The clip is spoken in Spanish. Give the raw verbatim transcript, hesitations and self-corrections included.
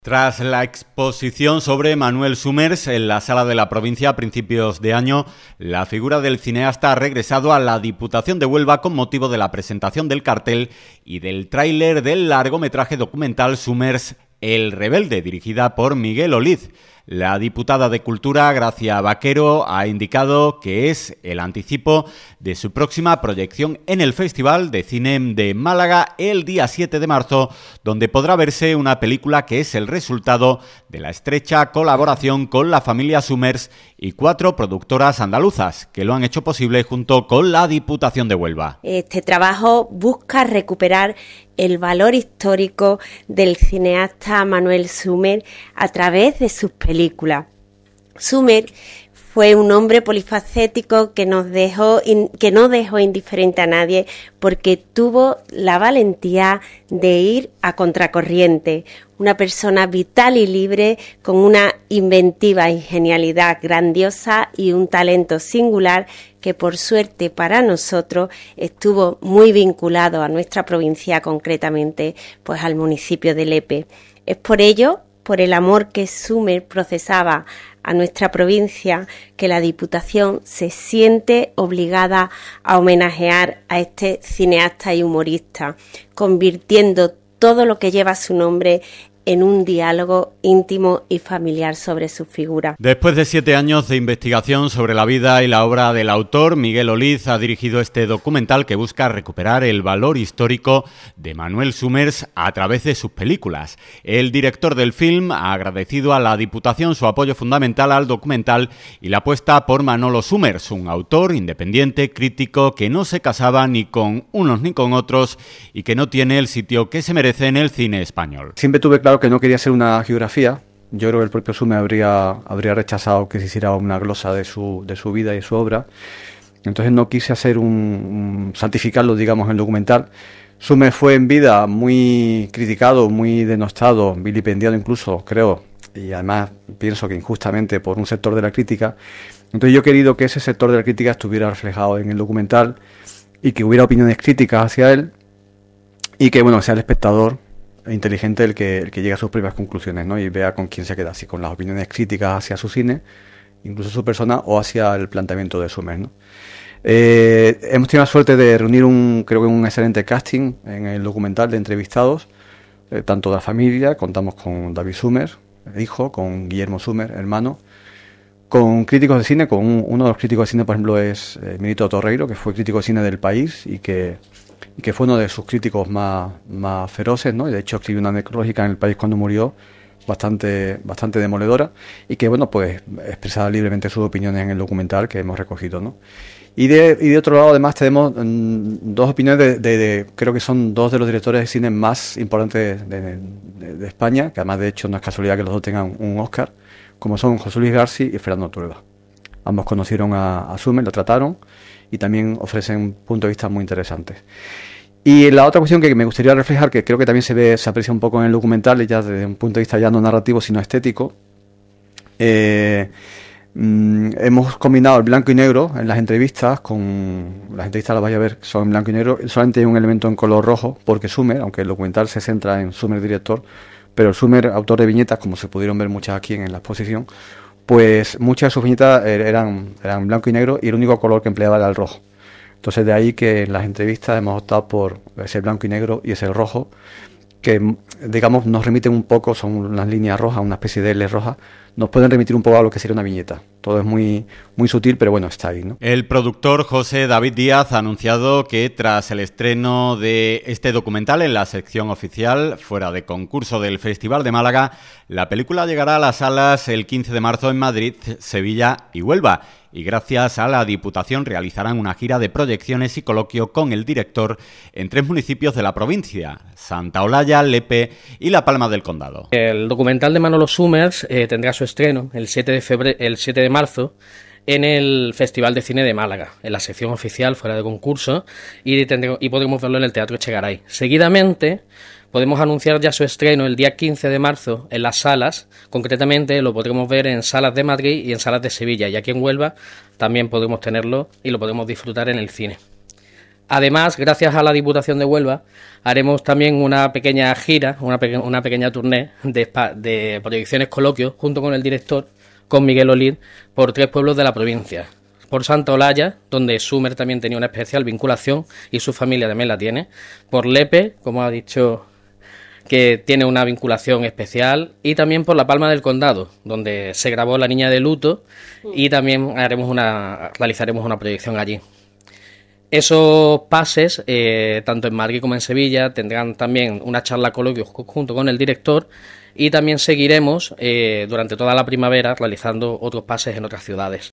Tras la exposición sobre Manuel Summers en la Sala de la Provincia a principios de año, la figura del cineasta ha regresado a la Diputación de Huelva con motivo de la presentación del cartel y del tráiler del largometraje documental Summers, El Rebelde, dirigida por Miguel Oliz. La diputada de Cultura, Gracia Vaquero, ha indicado que es el anticipo de su próxima proyección en el Festival de Cine de Málaga el día siete de marzo, donde podrá verse una película que es el resultado de la estrecha colaboración con la familia Summers y cuatro productoras andaluzas que lo han hecho posible junto con la Diputación de Huelva. Este trabajo busca recuperar el valor histórico del cineasta Manuel Summers a través de sus películas. Summers fue un hombre polifacético que nos dejó que no dejó indiferente a nadie porque tuvo la valentía de ir a contracorriente. Una persona vital y libre con una inventiva y genialidad grandiosa y un talento singular que por suerte para nosotros estuvo muy vinculado a nuestra provincia, concretamente pues al municipio de Lepe. Es por ello, por el amor que Summers procesaba a nuestra provincia, que la Diputación se siente obligada a homenajear a este cineasta y humorista, convirtiendo todo lo que lleva su nombre en un diálogo íntimo y familiar sobre su figura. Después de siete años de investigación sobre la vida y la obra del autor, Miguel Oliz ha dirigido este documental que busca recuperar el valor histórico de Manuel Summers a través de sus películas. El director del film ha agradecido a la Diputación su apoyo fundamental al documental y la apuesta por Manolo Summers, un autor independiente, crítico, que no se casaba ni con unos ni con otros y que no tiene el sitio que se merece en el cine español. Siempre tuve claro que no quería hacer una geografía. Yo creo que el propio Summers habría, habría rechazado que se hiciera una glosa de su, de su vida y su obra. Entonces no quise hacer un, un santificarlo, digamos, en el documental. Summers fue en vida muy criticado, muy denostado, vilipendiado incluso, creo, y además pienso que injustamente por un sector de la crítica. Entonces yo he querido que ese sector de la crítica estuviera reflejado en el documental y que hubiera opiniones críticas hacia él y que, bueno, sea el espectador inteligente el que, el que llegue a sus propias conclusiones, ¿no? Y vea con quién se queda, si con las opiniones críticas hacia su cine, incluso su persona, o hacia el planteamiento de Summers, ¿no? Eh, hemos tenido la suerte de reunir un, creo que un excelente casting en el documental de entrevistados, eh, tanto de la familia, contamos con David Summers, hijo, con Guillermo Summers, hermano, con críticos de cine, con un, uno de los críticos de cine, por ejemplo, es eh, Milito Torreiro, que fue crítico de cine del País y que y que fue uno de sus críticos más, más feroces, ¿no? Y de hecho escribió una necrológica en El País cuando murió, bastante, bastante demoledora, y que, bueno, pues expresaba libremente sus opiniones en el documental que hemos recogido, ¿no? Y de, y de otro lado, además, tenemos mmm, dos opiniones de, de, de, creo que son dos de los directores de cine más importantes de, de, de España, que además, de hecho, no es casualidad que los dos tengan un Oscar, como son José Luis García y Fernando Trueba. Ambos conocieron a, a Summers, lo trataron, y también ofrecen puntos de vista muy interesantes. Y la otra cuestión que me gustaría reflejar, que creo que también se ve, se aprecia un poco en el documental, ya desde un punto de vista ya no narrativo, sino estético, eh, mmm, hemos combinado el blanco y negro en las entrevistas, con las entrevistas las vais a ver, son en blanco y negro, solamente hay un elemento en color rojo, porque Summers, aunque el documental se centra en Summers director, pero el Summers autor de viñetas, como se pudieron ver muchas aquí en, en la exposición, pues muchas de sus viñetas eran, eran blanco y negro y el único color que empleaba era el rojo. Entonces de ahí que en las entrevistas hemos optado por ese blanco y negro y ese rojo, que, digamos, nos remiten un poco, son unas líneas rojas, una especie de L roja, nos pueden remitir un poco a lo que sería una viñeta. Todo es muy, muy sutil, pero bueno, está ahí, ¿no? El productor José David Díaz ha anunciado que tras el estreno de este documental en la sección oficial, fuera de concurso del Festival de Málaga, la película llegará a las salas el quince de marzo en Madrid, Sevilla y Huelva. Y gracias a la Diputación realizarán una gira de proyecciones y coloquio con el director en tres municipios de la provincia, Santa Olalla, Lepe y La Palma del Condado. El documental de Manolo Summers eh, tendrá su estreno el siete de febrero, el siete de marzo en el Festival de Cine de Málaga, en la sección oficial fuera de concurso, y, tendremos, y podremos verlo en el Teatro Echegaray. Seguidamente podemos anunciar ya su estreno el día quince de marzo en las salas, concretamente lo podremos ver en salas de Madrid y en salas de Sevilla, y aquí en Huelva también podremos tenerlo y lo podemos disfrutar en el cine. Además, gracias a la Diputación de Huelva, haremos también una pequeña gira, una, peque una pequeña tournée de, de proyecciones coloquios junto con el director, con Miguel Olid, por tres pueblos de la provincia. Por Santa Olalla, donde Sumer también tenía una especial vinculación y su familia también la tiene. Por Lepe, como ha dicho, que tiene una vinculación especial. Y también por La Palma del Condado, donde se grabó La Niña de Luto y también haremos una, realizaremos una proyección allí. Esos pases, eh, tanto en Madrid como en Sevilla, tendrán también una charla coloquio junto con el director y también seguiremos eh, durante toda la primavera realizando otros pases en otras ciudades.